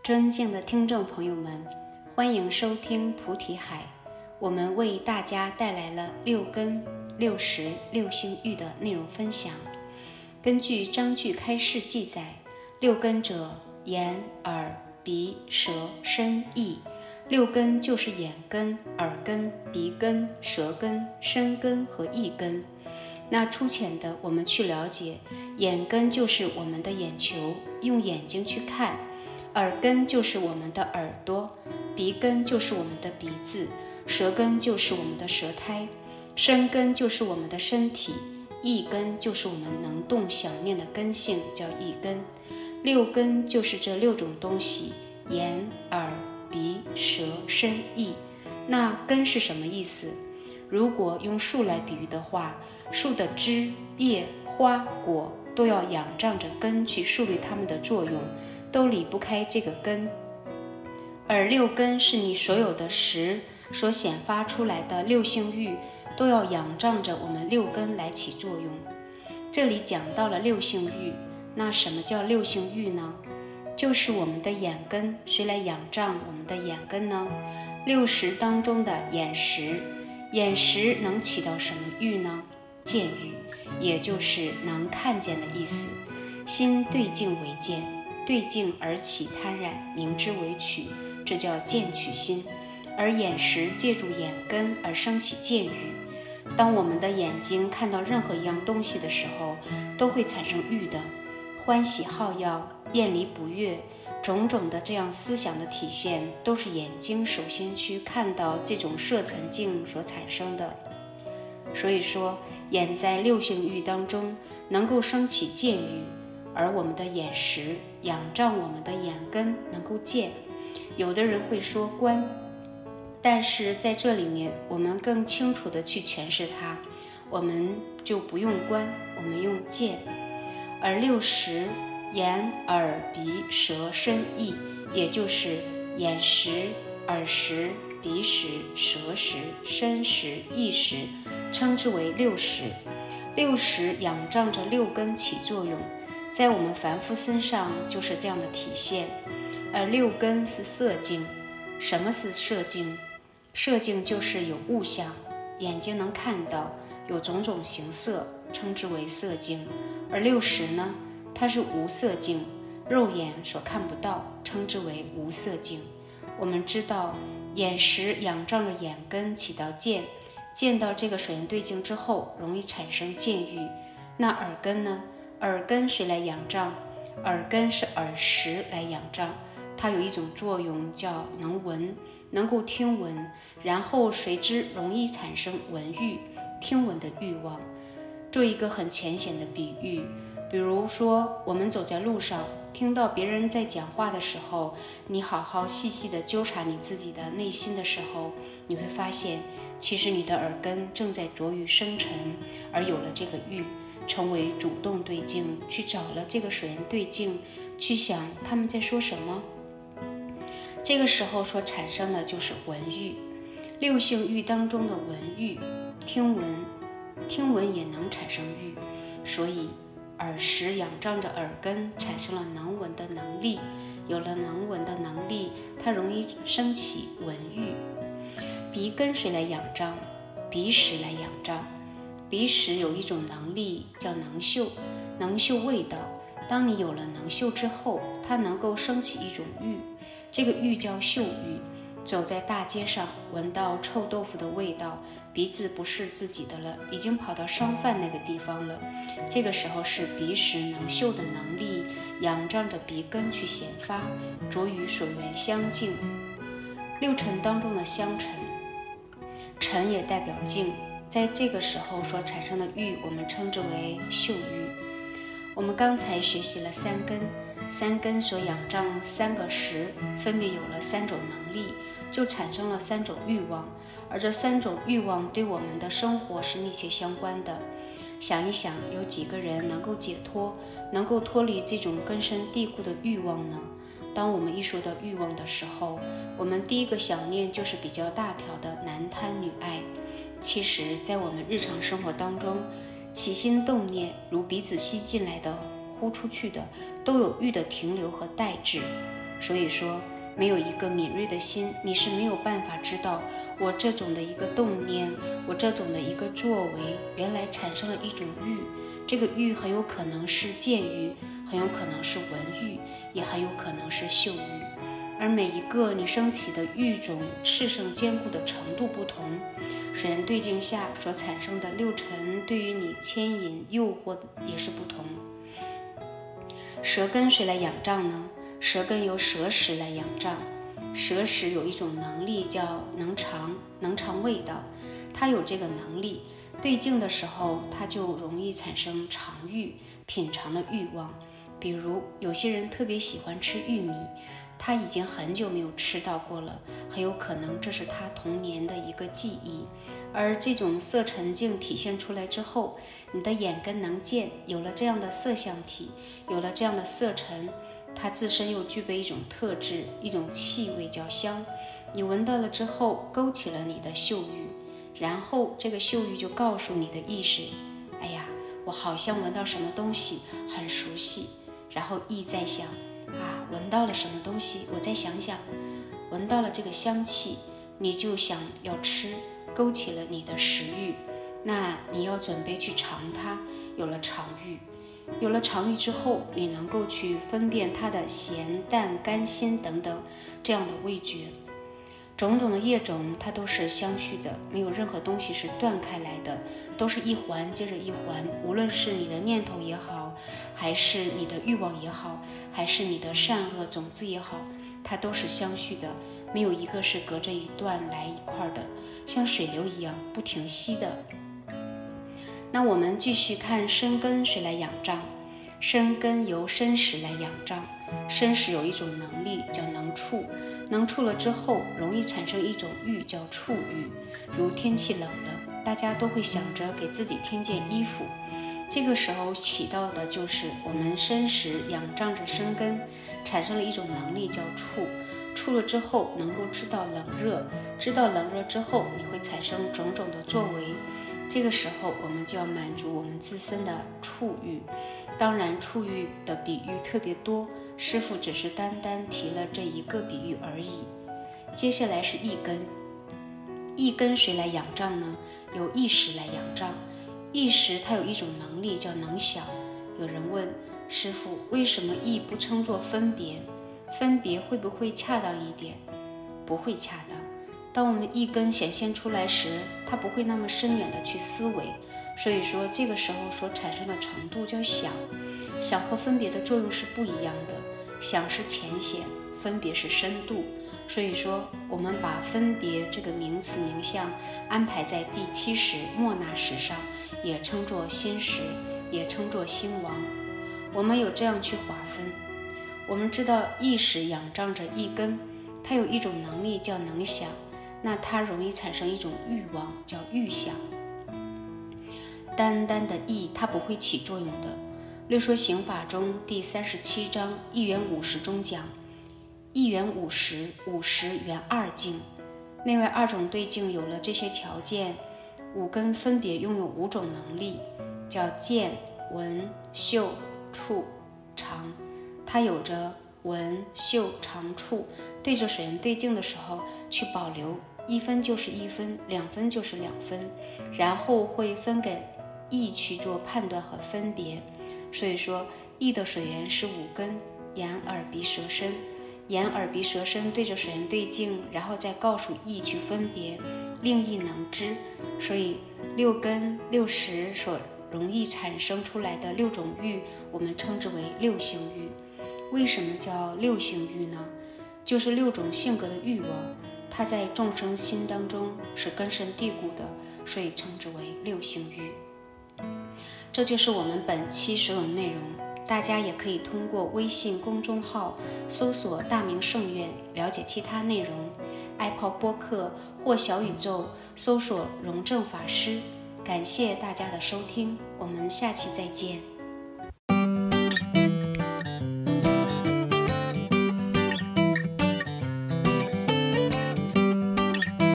尊敬的听众朋友们，欢迎收听菩提海。我们为大家带来了六根、六识、六性欲的内容分享。根据章句开示记载，六根者，眼、耳、鼻、舌、身、意。六根就是眼根、耳根、鼻根、舌根、身根和意根。那粗浅的，我们去了解，眼根就是我们的眼球，用眼睛去看；耳根就是我们的耳朵，鼻根就是我们的鼻子，舌根就是我们的舌苔，身根就是我们的身体，意根就是我们能动想念的根性，叫意根。六根就是这六种东西：眼、耳、鼻、舌、身、意。那根是什么意思？如果用树来比喻的话，树的枝、叶、花、果都要仰仗着根去树立它们的作用，都离不开这个根。而六根是你所有的识所显发出来的六性欲，都要仰仗着我们六根来起作用。这里讲到了六性欲，那什么叫六性欲呢？就是我们的眼根，谁来仰仗我们的眼根呢？六识当中的眼识，眼识能起到什么欲呢？见欲，也就是能看见的意思。心对境为见，对境而起贪染，明之为取，这叫见取心。而眼识借助眼根而生起见欲。当我们的眼睛看到任何一样东西的时候，都会产生欲的，欢喜好要，厌离不悦，种种的这样思想的体现，都是眼睛首先去看到这种色尘境所产生的。所以说，眼在六性欲当中能够生起见欲，而我们的眼识仰仗我们的眼根能够见。有的人会说观，但是在这里面我们更清楚地去诠释它，我们就不用观，我们用见。而六识，眼、耳、鼻、舌、身、意，也就是眼识、耳识、鼻识、舌识、身识、意识，称之为六识。六识仰仗着六根起作用，在我们凡夫身上就是这样的体现。而六根是色境。什么是色境？色境就是有物象，眼睛能看到，有种种形色，称之为色境。而六识呢，它是无色境，肉眼所看不到，称之为无色境。我们知道，眼识仰仗着眼根起到见，见到这个水源对境之后，容易产生见欲。那耳根呢？耳根谁来仰仗？耳根是耳识来仰仗，它有一种作用叫能闻，能够听闻，然后随之容易产生闻欲、听闻的欲望。做一个很浅显的比喻，比如说我们走在路上，听到别人在讲话的时候，你好好细细地纠察你自己的内心的时候，你会发现其实你的耳根正在着于生成，而有了这个欲，成为主动对境，去找了这个水源对境，去想他们在说什么。这个时候所产生的就是闻欲。六性欲当中的闻欲，听闻也能产生欲，所以耳识仰仗着耳根产生了能闻的能力，有了能闻的能力，它容易升起闻欲。鼻根谁来仰仗？鼻识来仰仗。鼻识有一种能力叫能嗅，能嗅味道。当你有了能嗅之后，它能够升起一种欲，这个欲叫嗅欲。走在大街上，闻到臭豆腐的味道，鼻子不是自己的了，已经跑到商贩那个地方了。这个时候是鼻识能嗅的能力仰仗着鼻根去显发，着于所缘相境。六尘当中的相尘，尘也代表境，在这个时候所产生的欲，我们称之为嗅欲。我们刚才学习了三根，三根所仰仗三个识，分别有了三种能力，就产生了三种欲望，而这三种欲望对我们的生活是密切相关的。想一想，有几个人能够解脱，能够脱离这种根深蒂固的欲望呢？当我们一说到欲望的时候，我们第一个想念就是比较大条的男贪女爱。其实在我们日常生活当中，起心动念如鼻子吸进来的呼出去的，都有欲的停留和代滞。 所以说没有一个敏锐的心，你是没有办法知道我这种的一个动念，我这种的一个作为，原来产生了一种欲。这个欲很有可能是见欲，很有可能是闻欲，也很有可能是嗅欲。而每一个你升起的欲种炽盛坚固的程度不同，水源对境下所产生的六尘对于你牵引诱惑也是不同。舌根谁来仰仗呢？舌根由舌识来仰仗。舌识有一种能力叫能尝味道，它有这个能力，对境的时候它就容易产生尝欲、品尝的欲望。比如有些人特别喜欢吃玉米，他已经很久没有吃到过了，很有可能这是他童年的一个记忆。而这种色沉静体现出来之后，你的眼根能见，有了这样的色相体，有了这样的色沉，它自身又具备一种特质，一种气味叫香。你闻到了之后，勾起了你的嗅欲，然后这个嗅欲就告诉你的意识，哎呀，我好像闻到什么东西很熟悉。然后意在想闻到了什么东西，我再想想，闻到了这个香气，你就想要吃，勾起了你的食欲，那你要准备去尝它，有了尝欲。有了尝欲之后，你能够去分辨它的咸淡甘辛等等这样的味觉。种种的业种它都是相续的，没有任何东西是断开来的，都是一环接着一环。无论是你的念头也好，还是你的欲望也好，还是你的善恶种子也好，它都是相续的，没有一个是隔着一段来一块的，像水流一样不停息的。那我们继续看身根谁来仰仗？身根由身识来仰仗。身识有一种能力叫能触，能触了之后容易产生一种欲叫触欲。如天气冷了，大家都会想着给自己添件衣服，这个时候起到的就是我们身识仰仗着身根，产生了一种能力叫触。触了之后能够知道冷热，知道冷热之后你会产生种种的作为，这个时候我们就要满足我们自身的触欲。当然触欲的比喻特别多，师父只是单单提了这一个比喻而已。接下来是意根。意根谁来仰仗呢？由意识来仰仗。意识它有一种能力叫能想。有人问师父，为什么意不称作分别？分别会不会恰当一点？不会恰当。当我们意根显现出来时，它不会那么深远的去思维，所以说这个时候所产生的程度叫想。想和分别的作用是不一样的，想是浅显，分别是深度。所以说我们把分别这个名词名相安排在第七识末那识上，也称作心识，也称作心王。我们有这样去划分，我们知道意识仰仗着意根，它有一种能力叫能想，那它容易产生一种欲望叫欲想。单单的意它不会起作用的。略说刑法中第37章一元50中讲，一元50，元二境，内外二种对境有了这些条件，五根分别拥有5种能力，叫见、闻、嗅、触、尝。它有着闻、嗅、尝、触，对着水源对境的时候去保留1分就是1分，2分就是2分，然后会分给意去做判断和分别。所以说意的水源是5根，眼、耳、鼻、舌、身。眼、耳、鼻、舌、身对着水源对境，然后再告诉意去分别，令意能知。所以6根6识所容易产生出来的6种欲，我们称之为6性欲。为什么叫6性欲呢？就是6种性格的欲望，它在众生心当中是根深蒂固的，所以称之为6性欲。这就是我们本期所有内容，大家也可以通过微信公众号搜索大明圣院了解其他内容，爱泡播客或小宇宙搜索荣正法师。感谢大家的收听，我们下期再见。